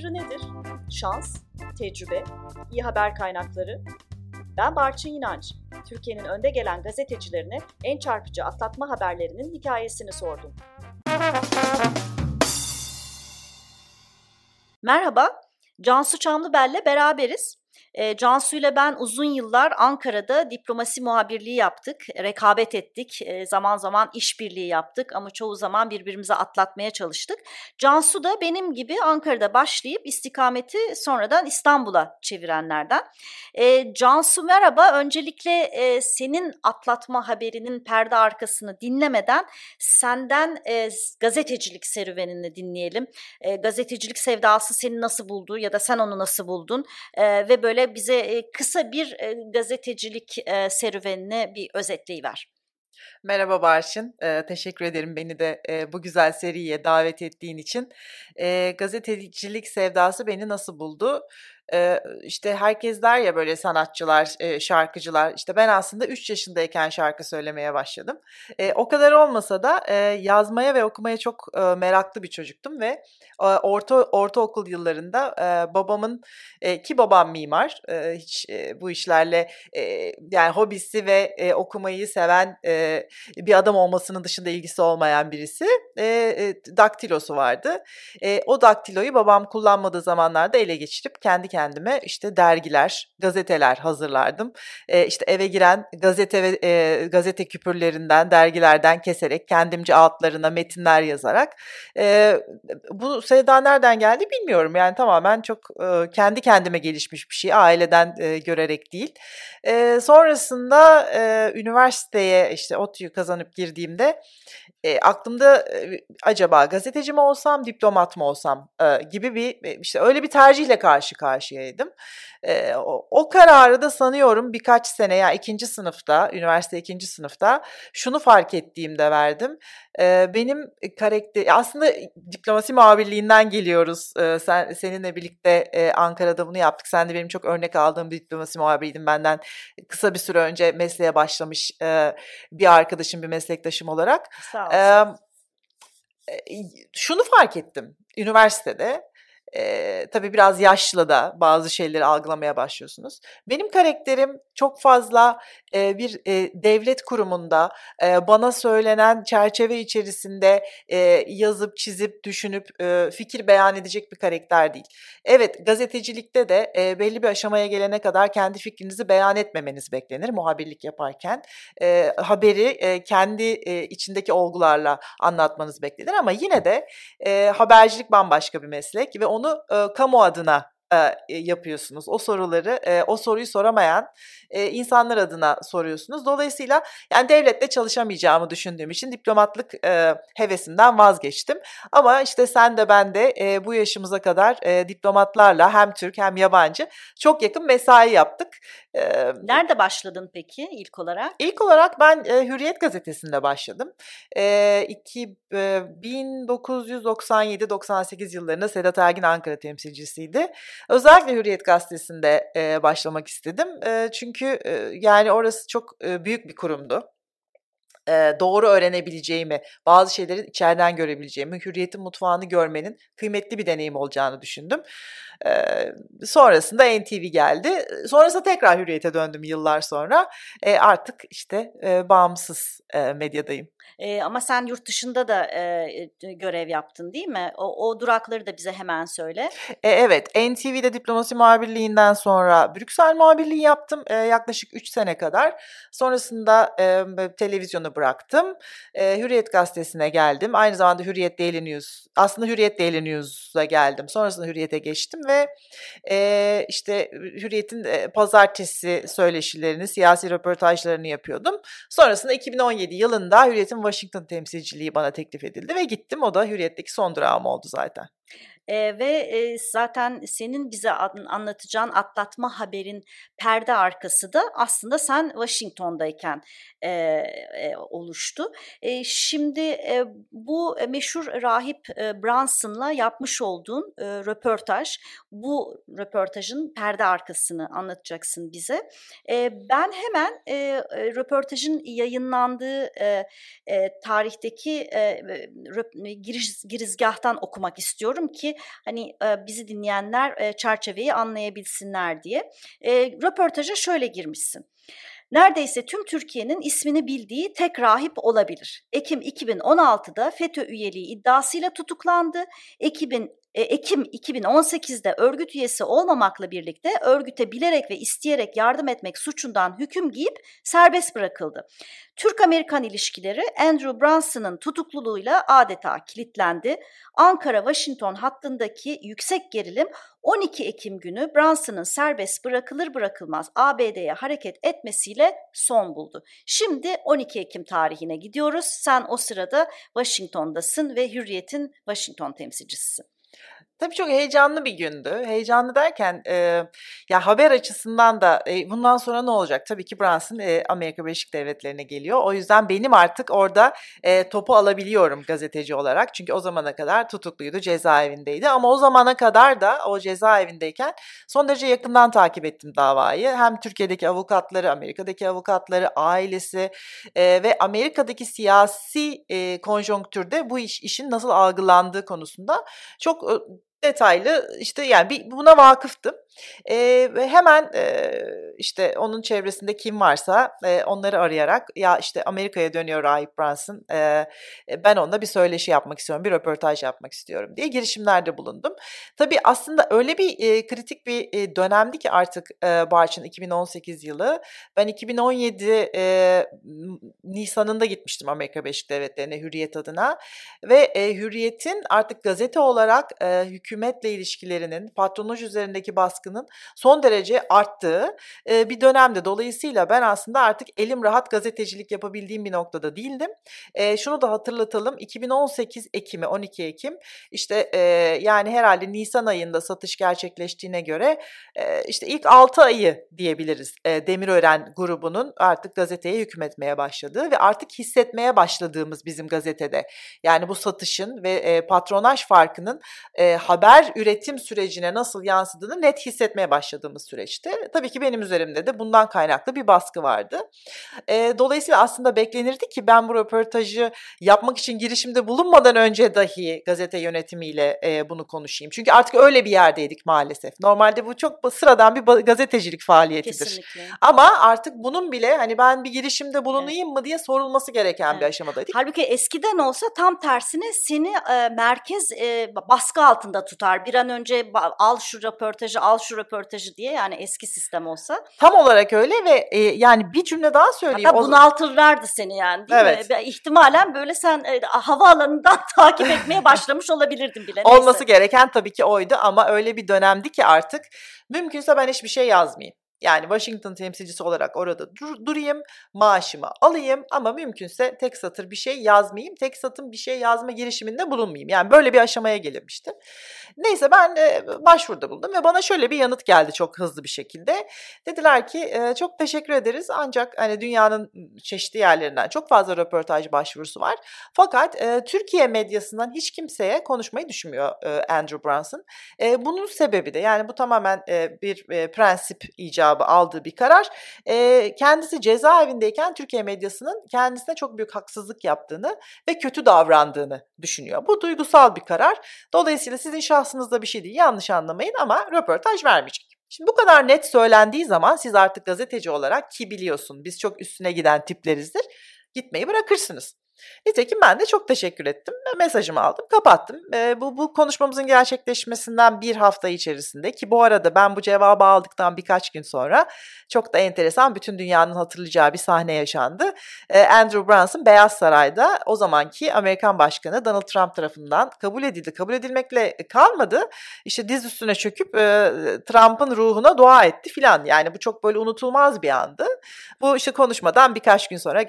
sırrı nedir? Şans, tecrübe, iyi haber kaynakları. Ben Barçın İnanç. Türkiye'nin önde gelen gazetecilerine en çarpıcı atlatma haberlerinin hikayesini sordum. Merhaba, Cansu Çamlıbel'le beraberiz. Cansu ile ben uzun yıllar Ankara'da diplomasi muhabirliği yaptık, rekabet ettik, zaman zaman işbirliği yaptık ama çoğu zaman birbirimize atlatmaya çalıştık. Cansu da benim gibi Ankara'da başlayıp istikameti sonradan İstanbul'a çevirenlerden. Cansu merhaba, öncelikle senin atlatma haberinin perde arkasını dinlemeden senden gazetecilik serüvenini dinleyelim. Gazetecilik sevdası seni nasıl buldu ya da sen onu nasıl buldun ve böyle bize kısa bir gazetecilik serüvenini bir özetleyiver. Merhaba Barçın, teşekkür ederim beni de bu güzel seriye davet ettiğin için. Gazetecilik sevdası beni nasıl buldu? İşte herkes der ya böyle sanatçılar, şarkıcılar, işte ben aslında 3 yaşındayken şarkı söylemeye başladım. O kadar olmasa da yazmaya ve okumaya çok meraklı bir çocuktum ve ortaokul yıllarında babamın, ki babam mimar, hiç bu işlerle yani hobisi ve okumayı seven bir adam olmasının dışında ilgisi olmayan birisi, daktilosu vardı. O daktiloyu babam kullanmadığı zamanlarda ele geçirip kendi kendime işte dergiler, gazeteler hazırlardım. İşte eve giren gazete ve gazete küpürlerinden, dergilerden keserek kendimce altlarına metinler yazarak. Bu sevda nereden geldi bilmiyorum. Yani tamamen çok kendi kendime gelişmiş bir şey. Aileden görerek değil. Sonrasında üniversiteye işte ODTÜ'yü kazanıp girdiğimde aklımda acaba gazeteci mi olsam, diplomat mı olsam gibi bir işte öyle bir tercihle karşı karşıyaydım. O kararı da sanıyorum birkaç sene ya üniversite ikinci sınıfta şunu fark ettiğimde verdim. Benim aslında diplomasi muhabirliğinden geliyoruz. Seninle birlikte Ankara'da bunu yaptık. Sen de benim çok örnek aldığım bir diplomasi muhabiriydin. Benden kısa bir süre önce mesleğe başlamış bir arkadaşım, bir meslektaşım olarak. Sağ olsun. Şunu fark ettim üniversitede. Tabii biraz yaşlı da bazı şeyleri algılamaya başlıyorsunuz. Benim karakterim çok fazla bir devlet kurumunda bana söylenen çerçeve içerisinde yazıp, çizip, düşünüp fikir beyan edecek bir karakter değil. Evet, gazetecilikte de belli bir aşamaya gelene kadar kendi fikrinizi beyan etmemeniz beklenir muhabirlik yaparken. Haberi kendi içindeki olgularla anlatmanız beklenir ama yine de habercilik bambaşka bir meslek ve onu kamu adına yapıyorsunuz. O soruyu soramayan insanlar adına soruyorsunuz. Dolayısıyla yani devletle çalışamayacağımı düşündüğüm için diplomatlık hevesimden vazgeçtim. Ama işte sen de ben de bu yaşımıza kadar diplomatlarla hem Türk hem yabancı çok yakın mesai yaptık. Nerede başladın peki ilk olarak? İlk olarak ben Hürriyet gazetesinde başladım. 1997-98 yıllarında Sedat Ergin Ankara temsilcisiydi. Özellikle Hürriyet gazetesinde başlamak istedim. Çünkü yani orası çok büyük bir kurumdu. Doğru öğrenebileceğimi, bazı şeyleri içeriden görebileceğimi, Hürriyet'in mutfağını görmenin kıymetli bir deneyim olacağını düşündüm. Sonrasında NTV geldi. Sonrasında tekrar Hürriyet'e döndüm yıllar sonra. Artık işte bağımsız medyadayım. Ama sen yurt dışında da görev yaptın değil mi? O durakları da bize hemen söyle. Evet, NTV'de diplomasi muhabirliğinden sonra Brüksel muhabirliği yaptım yaklaşık 3 sene kadar. Sonrasında televizyonu bıraktım. Hürriyet gazetesine geldim. Aynı zamanda Hürriyet Daily News, aslında Hürriyet Daily News'a geldim. Sonrasında Hürriyet'e geçtim ve işte Hürriyet'in pazartesi söyleşilerini, siyasi röportajlarını yapıyordum. Sonrasında 2017 yılında Hürriyet'in Washington temsilciliği bana teklif edildi ve gittim. O da Hürriyet'teki son durağım oldu zaten. Ve zaten senin bize anlatacağın atlatma haberin perde arkası da aslında sen Washington'dayken oluştu. Şimdi bu meşhur rahip Brunson'la yapmış olduğun röportaj, bu röportajın perde arkasını anlatacaksın bize. Ben hemen röportajın yayınlandığı tarihteki girizgahtan okumak istiyorum. söylüyorum ki hani bizi dinleyenler çerçeveyi anlayabilsinler diye. Röportaja şöyle girmişsin. Neredeyse tüm Türkiye'nin ismini bildiği tek rahip olabilir. Ekim 2016'da FETÖ üyeliği iddiasıyla tutuklandı. Ekim 2018'de örgüt üyesi olmamakla birlikte örgüte bilerek ve isteyerek yardım etmek suçundan hüküm giyip serbest bırakıldı. Türk-Amerikan ilişkileri Andrew Brunson'ın tutukluluğuyla adeta kilitlendi. Ankara-Washington hattındaki yüksek gerilim 12 Ekim günü Brunson'ın serbest bırakılır bırakılmaz ABD'ye hareket etmesiyle son buldu. Şimdi 12 Ekim tarihine gidiyoruz. Sen o sırada Washington'dasın ve Hürriyet'in Washington temsilcisisin. Tabii çok heyecanlı bir gündü. Heyecanlı derken ya haber açısından da bundan sonra ne olacak? Tabii ki Brunson Amerika Birleşik Devletleri'ne geliyor. O yüzden benim artık orada topu alabiliyorum gazeteci olarak. Çünkü o zamana kadar tutukluydu, cezaevindeydi. Ama o zamana kadar da o cezaevindeyken son derece yakından takip ettim davayı. Hem Türkiye'deki avukatları, Amerika'daki avukatları, ailesi ve Amerika'daki siyasi konjonktürde bu işin nasıl algılandığı konusunda çok detaylı işte yani buna vakıftım. Ve hemen işte onun çevresinde kim varsa onları arayarak ya işte Amerika'ya dönüyor Rahip Brunson, ben onunla bir söyleşi yapmak istiyorum, bir röportaj yapmak istiyorum diye girişimlerde bulundum. Tabii aslında öyle bir kritik bir dönemdi ki artık Barçın 2018 yılı. Ben 2017 Nisan'ında gitmiştim Amerika Birleşik Devletleri'ne Hürriyet adına ve Hürriyet'in artık gazete olarak hükümetle ilişkilerinin, patronaj üzerindeki baskının son derece arttığı bir dönemde. Dolayısıyla ben aslında artık elim rahat gazetecilik yapabildiğim bir noktada değildim. Şunu da hatırlatalım, 2018 Ekim'i 12 Ekim işte yani herhalde Nisan ayında satış gerçekleştiğine göre işte ilk 6 ayı diyebiliriz Demirören grubunun artık gazeteye hükmetmeye başladığı ve artık hissetmeye başladığımız bizim gazetede. Yani bu satışın ve patronaj farkının haber üretim sürecine nasıl yansıdığını net hissetmeye başladığımız süreçte. Tabii ki benim üzerimde de bundan kaynaklı bir baskı vardı. Dolayısıyla aslında beklenirdi ki ben bu röportajı yapmak için girişimde bulunmadan önce dahi gazete yönetimiyle bunu konuşayım. Çünkü artık öyle bir yerdeydik maalesef. Normalde bu çok sıradan bir gazetecilik faaliyetidir. Kesinlikle. Ama artık bunun bile hani ben bir girişimde bulunayım mı diye sorulması gereken bir aşamadaydık. Halbuki eskiden olsa tam tersine seni merkez baskı altında tutar. Bir an önce al şu röportajı diye, yani eski sistem olsa. Tam olarak öyle ve yani bir cümle daha söyleyeyim. Hatta bunaltırlardı seni yani, değil mi? İhtimalen böyle sen havaalanından takip etmeye başlamış olabilirdin bile. Neyse. Olması gereken tabii ki oydu ama öyle bir dönemdi ki artık mümkünse ben hiçbir şey yazmayayım. Yani Washington temsilcisi olarak orada durayım, maaşımı alayım ama mümkünse tek satır bir şey yazmayayım, tek satır bir şey yazma girişiminde bulunmayayım. Yani böyle bir aşamaya gelinmişti. Neyse ben başvuruda bulundum ve bana şöyle bir yanıt geldi çok hızlı bir şekilde. Dediler ki çok teşekkür ederiz ancak hani dünyanın çeşitli yerlerinden çok fazla röportaj başvurusu var. Fakat Türkiye medyasından hiç kimseye konuşmayı düşünmüyor Andrew Brunson. Bunun sebebi de yani bu tamamen bir prensip icabı aldığı bir karar. Kendisi cezaevindeyken Türkiye medyasının kendisine çok büyük haksızlık yaptığını ve kötü davrandığını düşünüyor. Bu duygusal bir karar. Dolayısıyla sizin şahsınızda bir şey değil, yanlış anlamayın ama röportaj vermeyecek. Şimdi bu kadar net söylendiği zaman siz artık gazeteci olarak ki biliyorsun biz çok üstüne giden tiplerizdir, gitmeyi bırakırsınız. Nitekim ben de çok teşekkür ettim. Mesajımı aldım, kapattım. Bu konuşmamızın gerçekleşmesinden bir hafta içerisinde ki bu arada ben bu cevabı aldıktan birkaç gün sonra çok da enteresan bütün dünyanın hatırlayacağı bir sahne yaşandı. Andrew Brunson Beyaz Saray'da o zamanki Amerikan Başkanı Donald Trump tarafından kabul edildi. Kabul edilmekle kalmadı. İşte diz üstüne çöküp Trump'ın ruhuna dua etti filan. Yani bu çok böyle unutulmaz bir andı. Bu işte konuşmadan birkaç gün sonra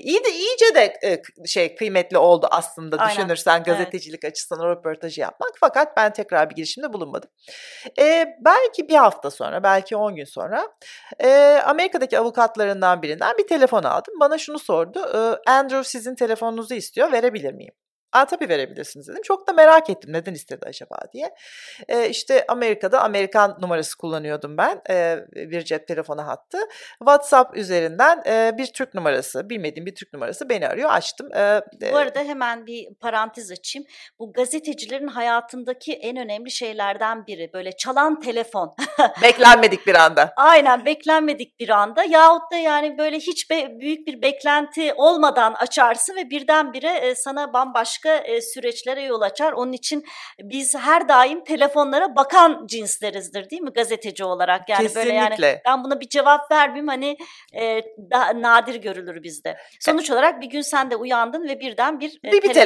iyice de kıymetli oldu aslında. Aynen. Düşünürsen gazetecilik açısından o röportajı yapmak. Fakat ben tekrar bir girişimde bulunmadım. Belki bir hafta sonra, belki 10 gün sonra Amerika'daki avukatlarından birinden bir telefon aldım. Bana şunu sordu. Andrew sizin telefonunuzu istiyor, verebilir miyim? Tabii verebilirsiniz dedim. Çok da merak ettim neden istedi acaba diye. İşte Amerika'da Amerikan numarası kullanıyordum ben. Bir cep telefonu hattı. WhatsApp üzerinden bir Türk numarası, bilmediğim bir Türk numarası beni arıyor. Açtım. Bu arada hemen bir parantez açayım. Bu gazetecilerin hayatındaki en önemli şeylerden biri. Böyle çalan telefon. Beklenmedik bir anda. Aynen, beklenmedik bir anda. Yahut da yani böyle hiç büyük bir beklenti olmadan açarsın ve birdenbire sana bambaşka süreçlere yol açar. Onun için biz her daim telefonlara bakan cinsleriz değil mi gazeteci olarak? Yani Kesinlikle. böyle yani ben buna bir cevap vermeyeyim hani daha nadir görülür bizde. Sonuç olarak bir gün sen de uyandın ve birden bir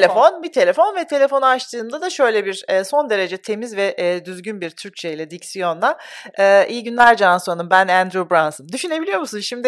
telefon ve telefonu açtığımda da şöyle bir son derece temiz ve düzgün bir Türkçe ile diksiyonla iyi günler Cansu Hanım, ben Andrew Brunson. Düşünebiliyor musun? Şimdi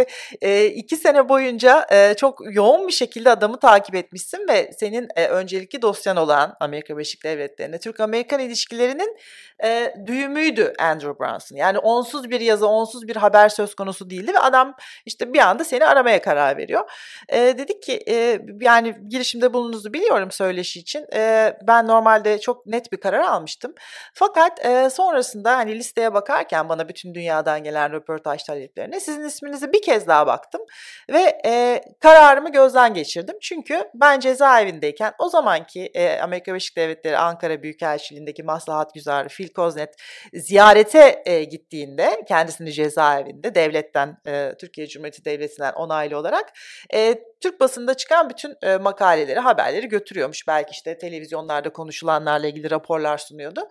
2 sene boyunca çok yoğun bir şekilde adamı takip etmişsin ve senin öncelikli dosyan olan Amerika Birleşik Devletleri'nde Türk-Amerikan ilişkilerinin düğümüydü Andrew Brunson. Yani onsuz bir yazı, onsuz bir haber söz konusu değildi ve adam işte bir anda seni aramaya karar veriyor. Dedik ki yani girişimde bulununuzu biliyorum söyleşi için. Ben normalde çok net bir karar almıştım. Fakat sonrasında hani listeye bakarken bana bütün dünyadan gelen röportaj taleplerine sizin isminize bir kez daha baktım ve kararımı gözden geçirdim. Çünkü ben cezaevindeyken o zamanki Amerika Birleşik Devletleri Ankara Büyükelçiliğindeki Maslahat Güzarı Phil Koznet ziyarete gittiğinde kendisini cezaevinde devletten Türkiye Cumhuriyeti Devleti'nden onaylı olarak Türk basında çıkan bütün makaleleri, haberleri götürüyormuş. Belki işte televizyonlarda konuşulanlarla ilgili raporlar sunuyordu.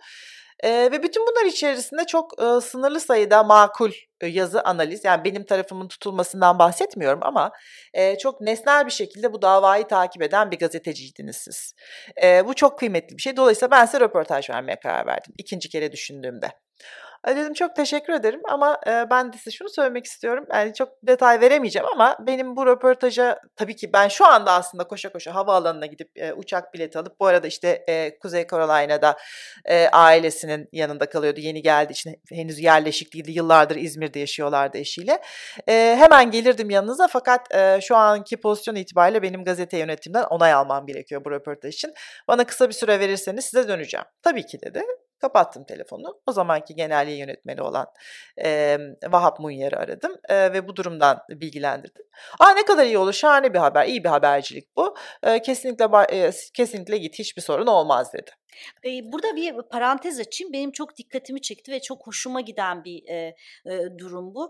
Ve bütün bunlar içerisinde çok sınırlı sayıda makul yazı, analiz, yani benim tarafımın tutulmasından bahsetmiyorum ama çok nesnel bir şekilde bu davayı takip eden bir gazeteciydiniz siz. Bu çok kıymetli bir şey. Dolayısıyla ben size röportaj vermeye karar verdim 2. kere düşündüğümde. Dedim çok teşekkür ederim ama ben de size şunu söylemek istiyorum. Yani çok detay veremeyeceğim ama benim bu röportaja tabii ki ben şu anda aslında koşa koşa havaalanına gidip uçak bileti alıp bu arada işte Kuzey Carolina'da ailesinin yanında kalıyordu. Yeni geldiği için henüz yerleşik değildi. Yıllardır İzmir'de yaşıyorlardı eşiyle. Hemen gelirdim yanınıza fakat şu anki pozisyon itibariyle benim gazete yönetimden onay almam gerekiyor bu röportaj için. Bana kısa bir süre verirseniz size döneceğim. Tabii ki dedi. Kapattım telefonu. O zamanki genel yayın yönetmeni olan Vahap Munyer'i aradım ve bu durumdan bilgilendirdim. Ne kadar iyi olur, şahane bir haber, iyi bir habercilik bu. Kesinlikle git, hiçbir sorun olmaz dedi. Burada bir parantez açayım. Benim çok dikkatimi çekti ve çok hoşuma giden bir durum bu.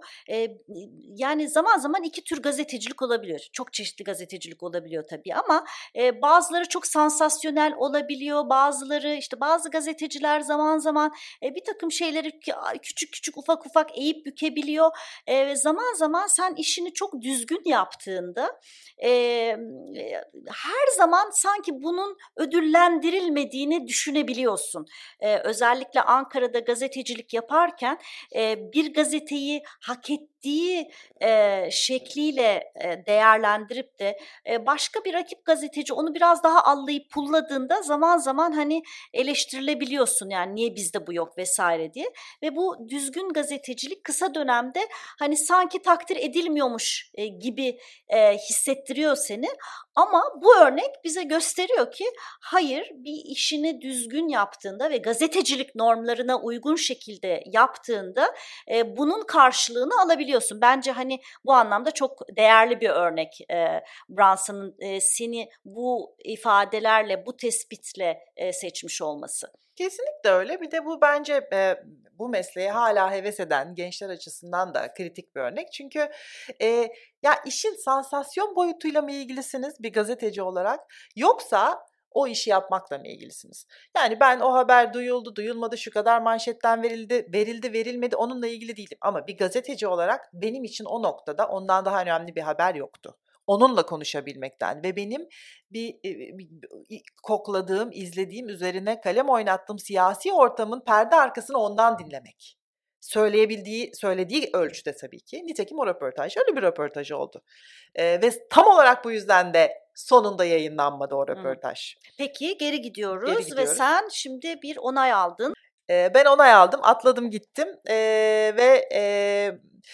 Yani zaman zaman 2 tür gazetecilik olabiliyor. Çok çeşitli gazetecilik olabiliyor tabii ama bazıları çok sansasyonel olabiliyor. Bazıları işte bazı gazeteciler zaman zaman bir takım şeyleri küçük küçük ufak ufak eğip bükebiliyor. Zaman zaman sen işini çok düzgün yaptığında her zaman sanki bunun ödüllendirilmediğini düşünebiliyorsun. Özellikle Ankara'da gazetecilik yaparken bir gazeteyi hak ettiği şekliyle değerlendirip de başka bir rakip gazeteci onu biraz daha allayıp pulladığında zaman zaman hani eleştirilebiliyorsun, yani niye bizde bu yok vesaire diye. Ve bu düzgün gazetecilik kısa dönemde hani sanki takdir edilmiyormuş gibi hissettiriyor seni. Ama bu örnek bize gösteriyor ki hayır, bir işini düzgün yaptığında ve gazetecilik normlarına uygun şekilde yaptığında bunun karşılığını alabiliyorsun. Bence hani bu anlamda çok değerli bir örnek Brunson'ın seni bu ifadelerle, bu tespitle seçmiş olması. Kesinlikle öyle. Bir de bu bence bu mesleğe hala heves eden gençler açısından da kritik bir örnek. Çünkü ya işin sansasyon boyutuyla mı ilgilisiniz bir gazeteci olarak, yoksa o işi yapmakla mı ilgilisiniz? Yani ben o haber duyuldu, duyulmadı, şu kadar manşetten verildi, verilmedi, onunla ilgili değilim. Ama bir gazeteci olarak benim için o noktada ondan daha önemli bir haber yoktu. Onunla konuşabilmekten ve benim bir kokladığım, izlediğim, üzerine kalem oynattığım siyasi ortamın perde arkasını ondan dinlemek. Söylediği ölçüde tabii ki. Nitekim o röportaj öyle bir röportaj oldu. Ve tam olarak bu yüzden de sonunda yayınlanmadı o röportaj. Peki geri gidiyoruz ve sen şimdi bir onay aldın. Ben onay aldım, atladım gittim ve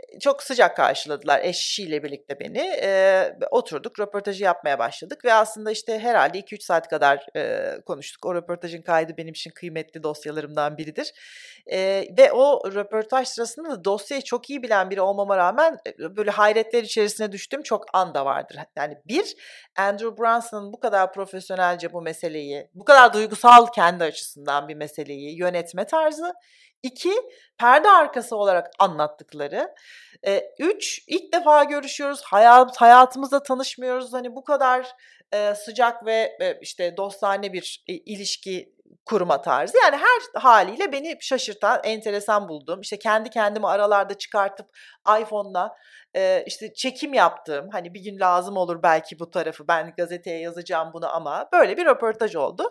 çok sıcak karşıladılar eşiyle birlikte beni. Oturduk, röportajı yapmaya başladık ve aslında işte herhalde 2-3 saat kadar konuştuk. O röportajın kaydı benim için kıymetli dosyalarımdan biridir. Ve o röportaj sırasında da dosyayı çok iyi bilen biri olmama rağmen böyle hayretler içerisine düştüğüm çok an da vardır. Yani bir, Andrew Brunson'ın bu kadar profesyonelce bu meseleyi, bu kadar duygusal kendi açısından bir meseleyi yönetme tarzı. İki, perde arkası olarak anlattıkları. Üç, ilk defa görüşüyoruz, hayatımızda tanışmıyoruz. Hani bu kadar sıcak ve işte dostane bir ilişki kurma tarzı. Yani her haliyle beni şaşırtan, enteresan bulduğum, işte kendi kendimi aralarda çıkartıp iPhone'la işte çekim yaptığım, hani bir gün lazım olur belki bu tarafı, ben gazeteye yazacağım bunu ama böyle bir röportaj oldu.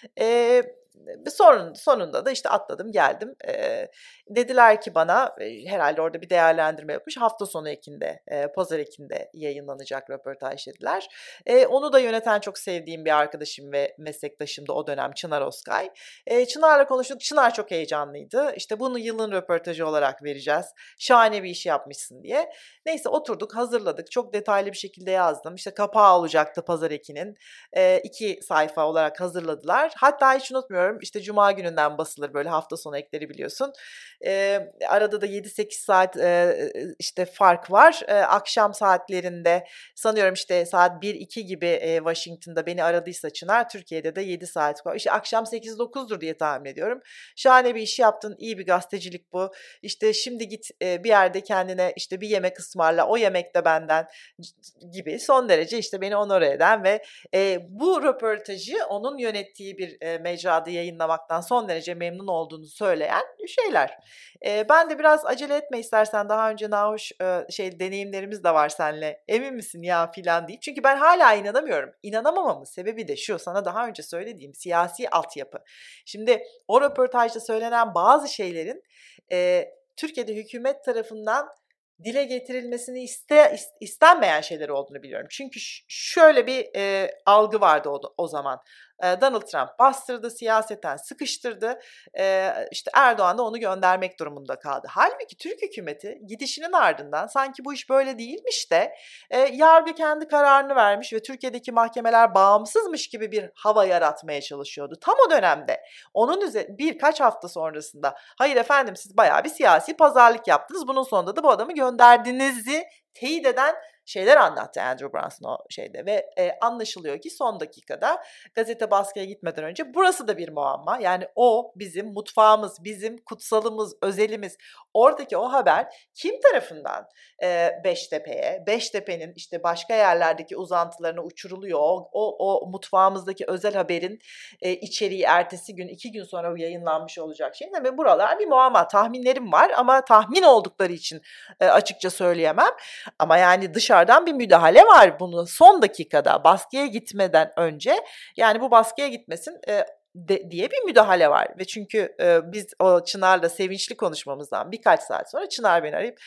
Sonunda da işte atladım geldim. Dediler ki bana herhalde orada bir değerlendirme yapmış. Hafta sonu ekinde, pazar ekinde yayınlanacak röportaj dediler. Onu da yöneten çok sevdiğim bir arkadaşım ve meslektaşımdı o dönem Çınar Oskay. Çınar'la konuştuk. Çınar çok heyecanlıydı. İşte bunu yılın röportajı olarak vereceğiz. Şahane bir iş yapmışsın diye. Neyse oturduk, hazırladık. Çok detaylı bir şekilde yazdım. İşte kapağı olacaktı pazar ekinin. 2 sayfa olarak hazırladılar. Hatta hiç unutmuyorum işte Cuma gününden basılır böyle hafta sonu ekleri biliyorsun. Arada da 7-8 saat işte fark var. Akşam saatlerinde sanıyorum işte saat 1-2 gibi Washington'da beni aradıysa Çınar, Türkiye'de de 7 saat var. İşte akşam 8-9'dur diye tahmin ediyorum. Şahane bir iş yaptın, iyi bir gazetecilik bu. İşte şimdi git bir yerde kendine işte bir yemek ısmarla, o yemek de benden gibi son derece işte beni onore eden ve bu röportajı onun yönettiği bir mecrada yayınlamaktan son derece memnun olduğunu söyleyen şeyler. Ben de biraz acele etme istersen, daha önce nahoş deneyimlerimiz de var seninle. Emin misin ya filan deyip. Çünkü ben hala inanamıyorum. İnanamamamın sebebi de şu, sana daha önce söylediğim siyasi altyapı. Şimdi o röportajda söylenen bazı şeylerin Türkiye'de hükümet tarafından dile getirilmesini istenmeyen şeyler olduğunu biliyorum. Çünkü şöyle bir algı vardı o zaman. Donald Trump bastırdı, siyaseten sıkıştırdı. İşte Erdoğan da onu göndermek durumunda kaldı. Halbuki Türk hükümeti gidişinin ardından sanki bu iş böyle değilmiş de yargı kendi kararını vermiş ve Türkiye'deki mahkemeler bağımsızmış gibi bir hava yaratmaya çalışıyordu. Tam o dönemde onun birkaç hafta sonrasında hayır efendim siz bayağı bir siyasi pazarlık yaptınız. Bunun sonunda da bu adamı gönderdinizi teyit eden şeyler anlattı Andrew Brunson o şeyde ve anlaşılıyor ki son dakikada gazete baskıya gitmeden önce burası da bir muamma. Yani o bizim mutfağımız, bizim kutsalımız, özelimiz. Oradaki o haber kim tarafından Beştepe'ye, Beştepe'nin işte başka yerlerdeki uzantılarına uçuruluyor. O mutfağımızdaki özel haberin içeriği ertesi gün, 2 gün sonra yayınlanmış olacak şey. Ve buralar bir muamma. Tahminlerim var ama tahmin oldukları için açıkça söyleyemem. Ama yani dışarıdan bir müdahale var bunu son dakikada baskıya gitmeden önce. Yani bu baskıya gitmesin diye bir müdahale var. Ve çünkü biz o Çınar'la sevinçli konuşmamızdan birkaç saat sonra Çınar beni arayıp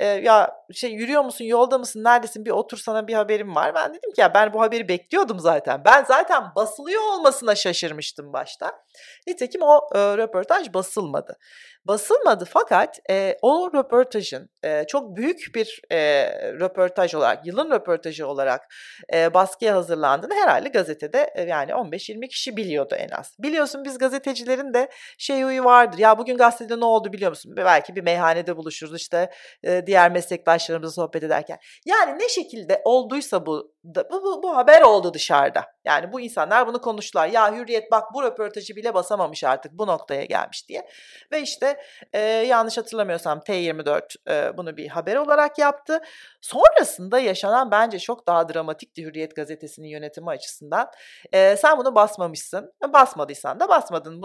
ya yürüyor musun, yolda mısın, neredesin, bir otur sana bir haberim var. Ben dedim ki ya ben bu haberi bekliyordum zaten. Ben zaten basılıyor olmasına şaşırmıştım başta. Nitekim o röportaj basılmadı. Basılmadı fakat o röportajın çok büyük bir röportaj olarak, yılın röportajı olarak baskıya hazırlandığını herhalde gazetede yani 15-20 kişi biliyordu en az. Biliyorsun biz gazetecilerin de huyu vardır. Ya bugün gazetede ne oldu biliyor musun? Belki bir meyhanede buluşuruz işte diğer meslektaşlarımızla sohbet ederken. Yani ne şekilde olduysa bu haber oldu dışarıda. Yani bu insanlar bunu konuştular. Ya Hürriyet bak bu röportajı bile basamamış artık bu noktaya gelmiş diye. Ve işte yanlış hatırlamıyorsam T24 bunu bir haber olarak yaptı. Sonrasında yaşanan bence çok daha dramatikti Hürriyet gazetesinin yönetimi açısından. Sen bunu basmamışsın. Basmadıysan da basmadın.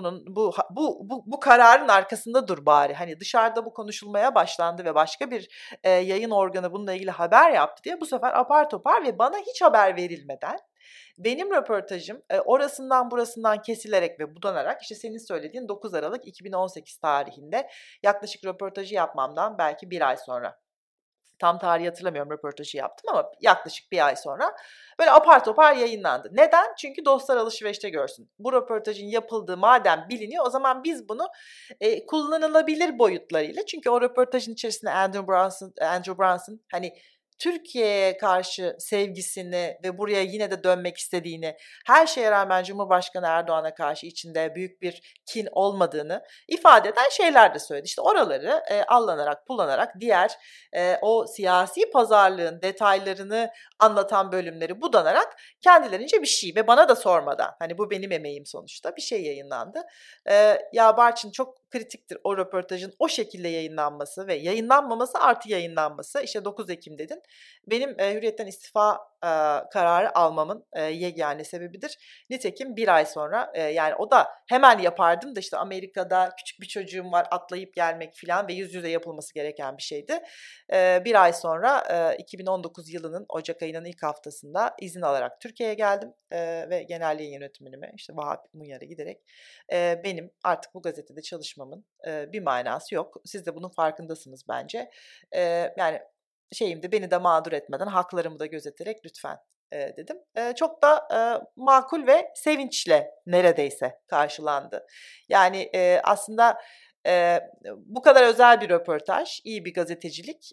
Bu kararın arkasında dur bari. Hani dışarıda bu konuşulmaya başlandı ve başka bir yayın organı bununla ilgili haber yaptı diye bu sefer apar topar ve bana hiç haber verilmeden benim röportajım orasından burasından kesilerek ve budanarak işte senin söylediğin 9 Aralık 2018 tarihinde yaklaşık röportajı yapmamdan belki bir ay sonra Tam tarihi hatırlamıyorum, röportajı yaptım ama yaklaşık bir ay sonra böyle apar topar yayınlandı. Neden? Çünkü dostlar alışverişte görsün. Bu röportajın yapıldığı madem biliniyor, o zaman biz bunu kullanılabilir boyutlarıyla, çünkü o röportajın içerisinde Andrew Brunson hani Türkiye'ye karşı sevgisini ve buraya yine de dönmek istediğini, her şeye rağmen Cumhurbaşkanı Erdoğan'a karşı içinde büyük bir kin olmadığını ifade eden şeyler de söyledi. İşte oraları allanarak, pullanarak diğer o siyasi pazarlığın detaylarını anlatan bölümleri budanarak kendilerince bir şey, ve bana da sormadan, hani bu benim emeğim sonuçta, bir şey yayınlandı. Ya Barçın, çok kritiktir o röportajın o şekilde yayınlanması ve yayınlanmaması artı yayınlanması. İşte 9 Ekim dedin. Benim Hürriyet'ten istifa kararı almamın yegane sebebidir. Nitekim bir ay sonra, yani o da hemen yapardım da işte Amerika'da küçük bir çocuğum var, atlayıp gelmek falan ve yüz yüze yapılması gereken bir şeydi. Bir ay sonra 2019 yılının Ocak ayının ilk haftasında izin alarak Türkiye'ye geldim ve genel yayın yönetmenime, işte Vahap Munyar'a giderek benim artık bu gazetede çalışmamın bir manası yok. Siz de bunun farkındasınız bence. Yani şeyimde, beni de mağdur etmeden, haklarımı da gözeterek lütfen dedim. Çok da makul ve sevinçle neredeyse karşılandı. Yani aslında bu kadar özel bir röportaj, iyi bir gazetecilik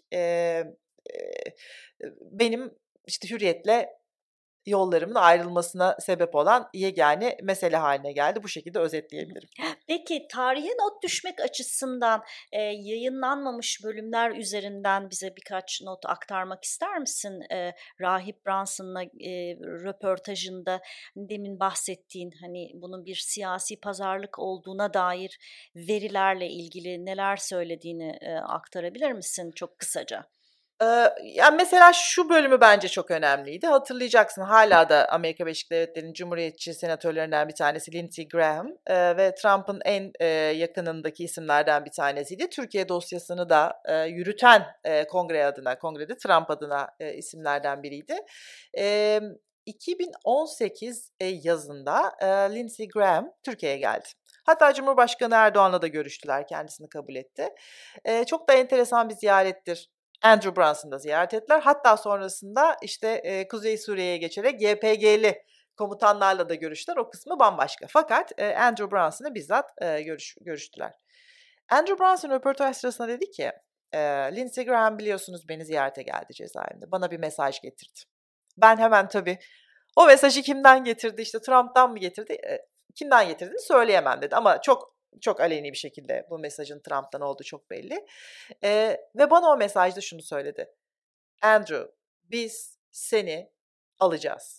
benim işte Hürriyet'le yollarımın ayrılmasına sebep olan yegane mesele haline geldi. Bu şekilde özetleyebilirim. Peki tarihe not düşmek açısından yayınlanmamış bölümler üzerinden bize birkaç not aktarmak ister misin? Rahip Brunson'la röportajında demin bahsettiğin, hani bunun bir siyasi pazarlık olduğuna dair verilerle ilgili neler söylediğini aktarabilir misin çok kısaca? Yani mesela şu bölümü bence çok önemliydi. Hatırlayacaksın, hala da Amerika Birleşik Devletleri'nin Cumhuriyetçi senatörlerinden bir tanesi Lindsey Graham ve Trump'ın en yakınındaki isimlerden bir tanesiydi. Türkiye dosyasını da yürüten kongrede Trump adına isimlerden biriydi. 2018 yazında Lindsey Graham Türkiye'ye geldi. Hatta Cumhurbaşkanı Erdoğan'la da görüştüler, kendisini kabul etti. Çok da enteresan bir ziyarettir. Andrew Brunson'ı da ziyaret ettiler. Hatta sonrasında işte Kuzey Suriye'ye geçerek YPG'li komutanlarla da görüştüler. O kısmı bambaşka. Fakat Andrew Brunson'la bizzat görüştüler. Andrew Brunson röportaj sırasında dedi ki, Lindsey Graham biliyorsunuz beni ziyarete geldi cezaevinde. Bana bir mesaj getirdi. Ben hemen tabii o mesajı kimden getirdi, işte Trump'tan mı getirdi, kimden getirdiğini söyleyemem dedi. Ama çok çok aleni bir şekilde bu mesajın Trump'tan olduğu çok belli. Ve bana o mesajda şunu söyledi. Andrew, biz seni alacağız.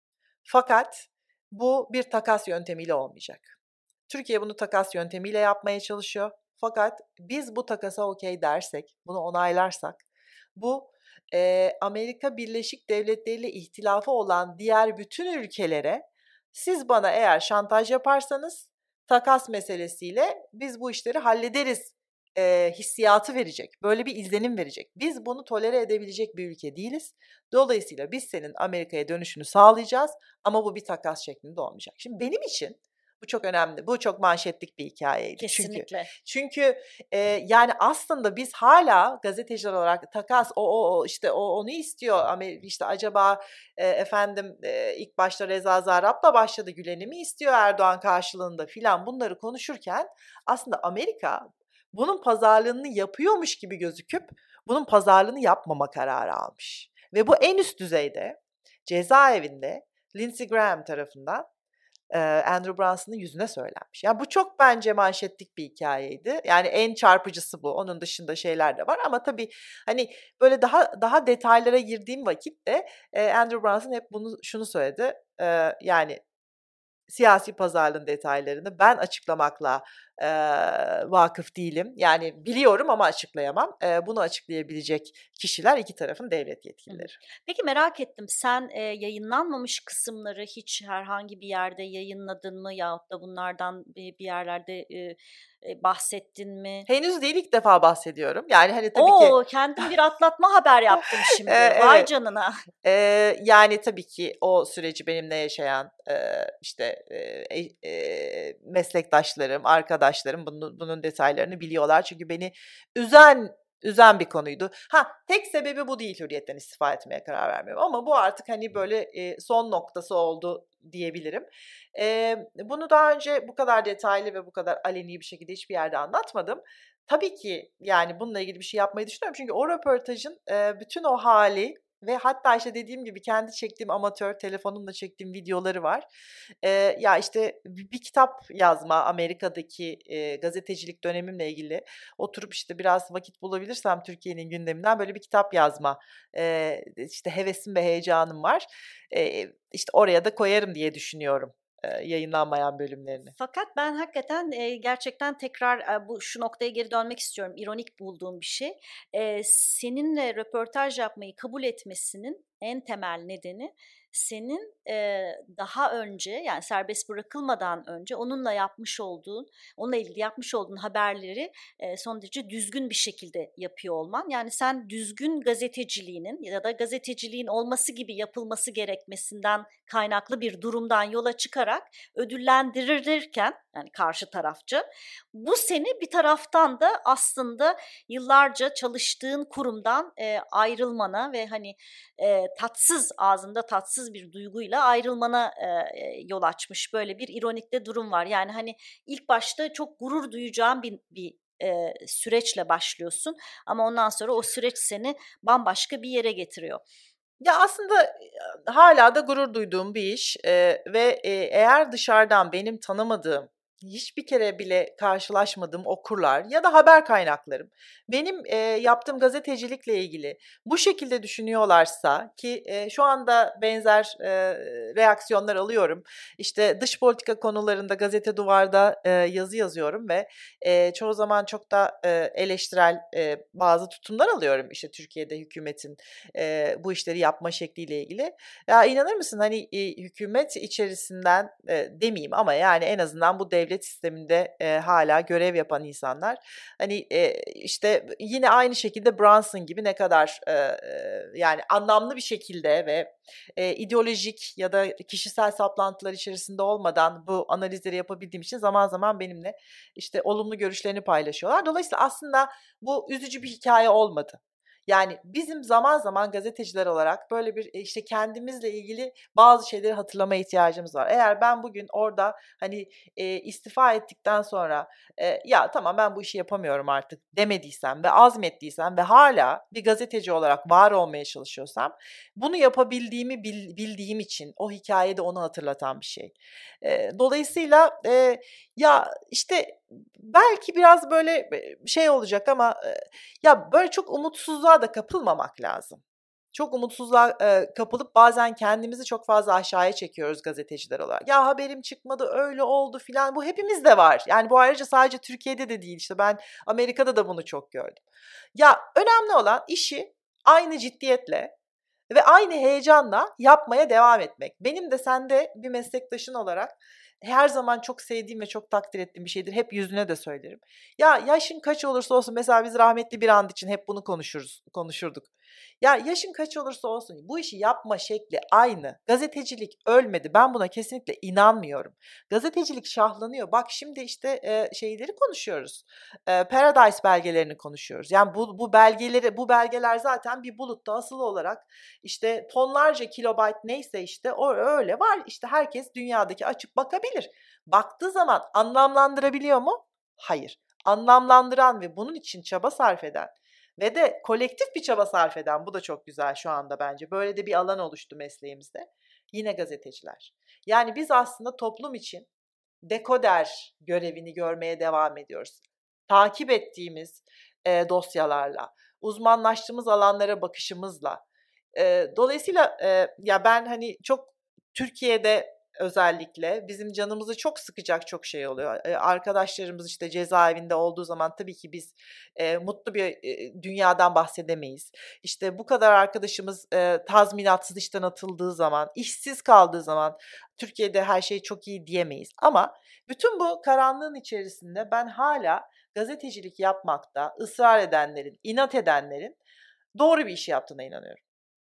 Fakat bu bir takas yöntemiyle olmayacak. Türkiye bunu takas yöntemiyle yapmaya çalışıyor. Fakat biz bu takasa okey dersek, bunu onaylarsak, bu Amerika Birleşik Devletleri ile ihtilafı olan diğer bütün ülkelere, siz bana eğer şantaj yaparsanız takas meselesiyle biz bu işleri hallederiz hissiyatı verecek. Böyle bir izlenim verecek. Biz bunu tolere edebilecek bir ülke değiliz. Dolayısıyla biz senin Amerika'ya dönüşünü sağlayacağız ama bu bir takas şeklinde olmayacak. Şimdi benim için bu çok önemli. Bu çok manşetlik bir hikayeydi. Kesinlikle. Çünkü yani aslında biz hala gazeteciler olarak takas, işte onu istiyor. İşte acaba efendim ilk başta Reza Zarrab'la başladı, Gülen'i mi istiyor Erdoğan karşılığında filan, bunları konuşurken aslında Amerika bunun pazarlığını yapıyormuş gibi gözüküp bunun pazarlığını yapmama kararı almış. Ve bu en üst düzeyde cezaevinde Lindsey Graham tarafından Andrew Brunson'ın yüzüne söylenmiş. Yani bu çok bence manşetlik bir hikayeydi. Yani en çarpıcısı bu. Onun dışında şeyler de var ama tabii hani böyle daha detaylara girdiğim vakit de Andrew Brunson hep şunu söyledi. Yani siyasi pazarlığın detaylarını ben açıklamakla vakıf değilim. Yani biliyorum ama açıklayamam. Bunu açıklayabilecek kişiler iki tarafın devlet yetkilileri. Peki merak ettim, sen yayınlanmamış kısımları hiç herhangi bir yerde yayınladın mı yahut da bunlardan bir yerlerde bahsettin mi? Henüz değil, ilk defa bahsediyorum. Yani hani tabii ki... Kendim bir atlatma haber yaptım şimdi. Vay Evet. canına. Yani tabii ki o süreci benimle yaşayan işte meslektaşlarım, arkadaşlarım bunun detaylarını biliyorlar. Çünkü beni üzen üzen bir konuydu. Tek sebebi bu değil Hürriyet'ten istifa etmeye karar vermiyorum ama bu artık hani böyle son noktası oldu diyebilirim. Bunu daha önce bu kadar detaylı ve bu kadar aleni bir şekilde hiçbir yerde anlatmadım. Tabii ki yani bununla ilgili bir şey yapmayı düşünüyorum. Çünkü o röportajın bütün o hali ve hatta işte dediğim gibi kendi çektiğim amatör telefonumla çektiğim videoları var. Ya işte bir kitap yazma Amerika'daki gazetecilik dönemimle ilgili oturup işte biraz vakit bulabilirsem Türkiye'nin gündeminden böyle bir kitap yazma işte hevesim ve heyecanım var. İşte oraya da koyarım diye düşünüyorum yayınlanmayan bölümlerini. Fakat ben hakikaten gerçekten tekrar şu noktaya geri dönmek istiyorum. İronik bulduğum bir şey. Seninle röportaj yapmayı kabul etmesinin en temel nedeni senin daha önce, yani serbest bırakılmadan önce onunla ilgili yapmış olduğun haberleri son derece düzgün bir şekilde yapıyor olman. Yani sen düzgün gazeteciliğinin ya da gazeteciliğin olması gibi yapılması gerekmesinden kaynaklı bir durumdan yola çıkarak ödüllendirilirken, yani karşı tarafça, bu seni bir taraftan da aslında yıllarca çalıştığın kurumdan ayrılmana ve hani ağzında tatsız bir duyguyla ayrılmana yol açmış. Böyle bir ironik de durum var. Yani hani ilk başta çok gurur duyacağın bir süreçle başlıyorsun ama ondan sonra o süreç seni bambaşka bir yere getiriyor. Ya, aslında, hâlâ da gurur duyduğum bir iş, ve, eğer dışarıdan benim tanımadığım, hiçbir kere bile karşılaşmadığım okurlar ya da haber kaynaklarım benim, yaptığım gazetecilikle ilgili bu şekilde düşünüyorlarsa ki, şu anda benzer, reaksiyonlar alıyorum. İşte, dış politika konularında Gazete Duvar'da, yazı yazıyorum ve, çoğu zaman çok da, eleştirel, bazı tutumlar alıyorum, işte, Türkiye'de hükümetin bu işleri yapma şekliyle ilgili. Ya, inanır mısın, hani, hükümet içerisinden, demeyeyim ama yani en azından bu devlet sisteminde, hâlâ görev yapan insanlar, hani, işte, yine aynı şekilde Brunson gibi ne kadar, yani anlamlı bir şekilde ve, ideolojik ya da kişisel saplantılar içerisinde olmadan bu analizleri yapabildiğim için zaman zaman benimle, işte, olumlu görüşlerini paylaşıyorlar. Dolayısıyla aslında bu üzücü bir hikâye olmadı. Yani bizim zaman zaman gazeteciler olarak böyle bir, işte, kendimizle ilgili bazı şeyleri hatırlamaya ihtiyacımız var. Eğer ben bugün orada, hani, istifa ettikten sonra, "Ya, tamam, ben bu işi yapamıyorum artık." demediysem ve azmettiysem ve hâlâ bir gazeteci olarak var olmaya çalışıyorsam bunu yapabildiğimi bildiğim için o hikâye de onu hatırlatan bir şey. Dolayısıyla, ya, işte, belki biraz böyle, şey olacak ama, ya, böyle çok umutsuzluğa da kapılmamak lazım. Çok umutsuzluğa, kapılıp bazen kendimizi çok fazla aşağıya çekiyoruz gazeteciler olarak. "Ya, haberim çıkmadı, öyle oldu." filan. Bu hepimizde var. Yani bu ayrıca sadece Türkiye'de de değil. İşte, ben Amerika'da da bunu çok gördüm. Ya, önemli olan işi aynı ciddiyetle ve aynı heyecanla yapmaya devam etmek. Benim de sende bir meslektaşın olarak her zaman çok sevdiğim ve çok takdir ettiğim bir şeydir. Hep yüzüne de söylerim. Ya yaşın kaç olursa olsun mesela biz rahmetli bir and için hep bunu konuşurduk. Ya yaşın kaç olursa olsun bu işi yapma şekli aynı. Gazetecilik ölmedi. Ben buna kesinlikle inanmıyorum. Gazetecilik şahlanıyor. Bak şimdi işte şeyleri konuşuyoruz. Paradise belgelerini konuşuyoruz. Yani bu belgeler zaten bir bulutta asılı olarak işte tonlarca kilobayt neyse işte o öyle var. İşte herkes dünyadaki açıp bakabilir. Baktığı zaman anlamlandırabiliyor mu? Hayır. Anlamlandıran ve bunun için çaba sarf eden ve de kolektif bir çaba sarf eden, bu da çok güzel şu anda bence. Böyle de bir alan oluştu mesleğimizde. Yine gazeteciler. Yani biz aslında toplum için dekoder görevini görmeye devam ediyoruz. Takip ettiğimiz, dosyalarla, uzmanlaştığımız alanlara bakışımızla. Dolayısıyla, ya, ben, hani, çok Türkiye'de özellikle bizim canımızı çok sıkacak çok şey oluyor. Arkadaşlarımız, işte, cezaevinde olduğu zaman tabii ki biz, mutlu bir, dünyadan bahsedemeyiz. İşte, bu kadar arkadaşımız, tazminatsız işten atıldığı zaman, işsiz kaldığı zaman Türkiye'de her şey çok iyi diyemeyiz ama bütün bu karanlığın içerisinde ben hâlâ gazetecilik yapmakta ısrar edenlerin, inat edenlerin doğru bir işi yaptığına inanıyorum.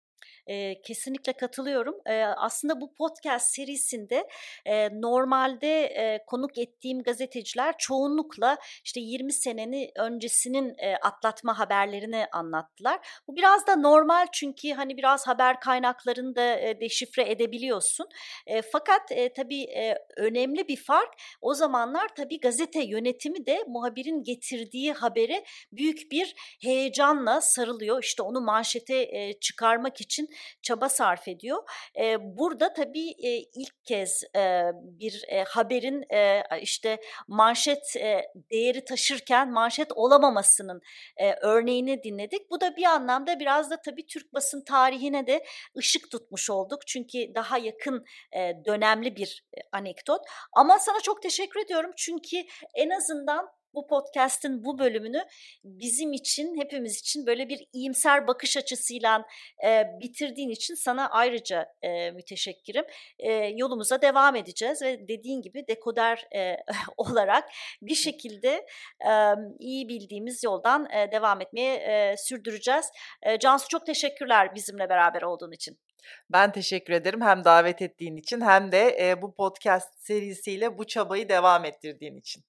Kesinlikle katılıyorum. Aslında bu podcast serisinde normalde konuk ettiğim gazeteciler çoğunlukla işte 20 senenin öncesinin atlatma haberlerini anlattılar. Bu biraz da normal çünkü hani biraz haber kaynaklarını da deşifre edebiliyorsun. Fakat tabii önemli bir fark o zamanlar tabii gazete yönetimi de muhabirin getirdiği habere büyük bir heyecanla sarılıyor. İşte onu manşete çıkarmak için çaba sarf ediyor. Burada tabii ilk kez bir haberin işte manşet değeri taşırken manşet olamamasının örneğini dinledik. Bu da bir anlamda biraz da tabii Türk basın tarihine de ışık tutmuş olduk. Çünkü daha yakın dönemli bir anekdot. Ama sana çok teşekkür ediyorum çünkü en azından bu podcast'in bu bölümünü bizim için, hepimiz için böyle bir iyimser bakış açısıyla bitirdiğin için sana ayrıca müteşekkirim. Yolumuza devam edeceğiz ve dediğin gibi dekoder olarak bir şekilde iyi bildiğimiz yoldan devam etmeye sürdüreceğiz. Cansu çok teşekkürler bizimle beraber olduğun için. Ben teşekkür ederim hem davet ettiğin için hem de bu podcast serisiyle bu çabayı devam ettirdiğin için.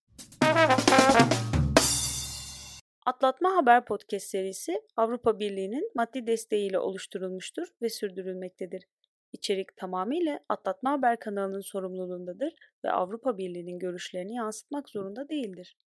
Atlatma Haber Podcast serisi Avrupa Birliği'nin maddi desteğiyle oluşturulmuştur ve sürdürülmektedir. İçerik tamamıyla Atlatma Haber kanalının sorumluluğundadır ve Avrupa Birliği'nin görüşlerini yansıtmak zorunda değildir.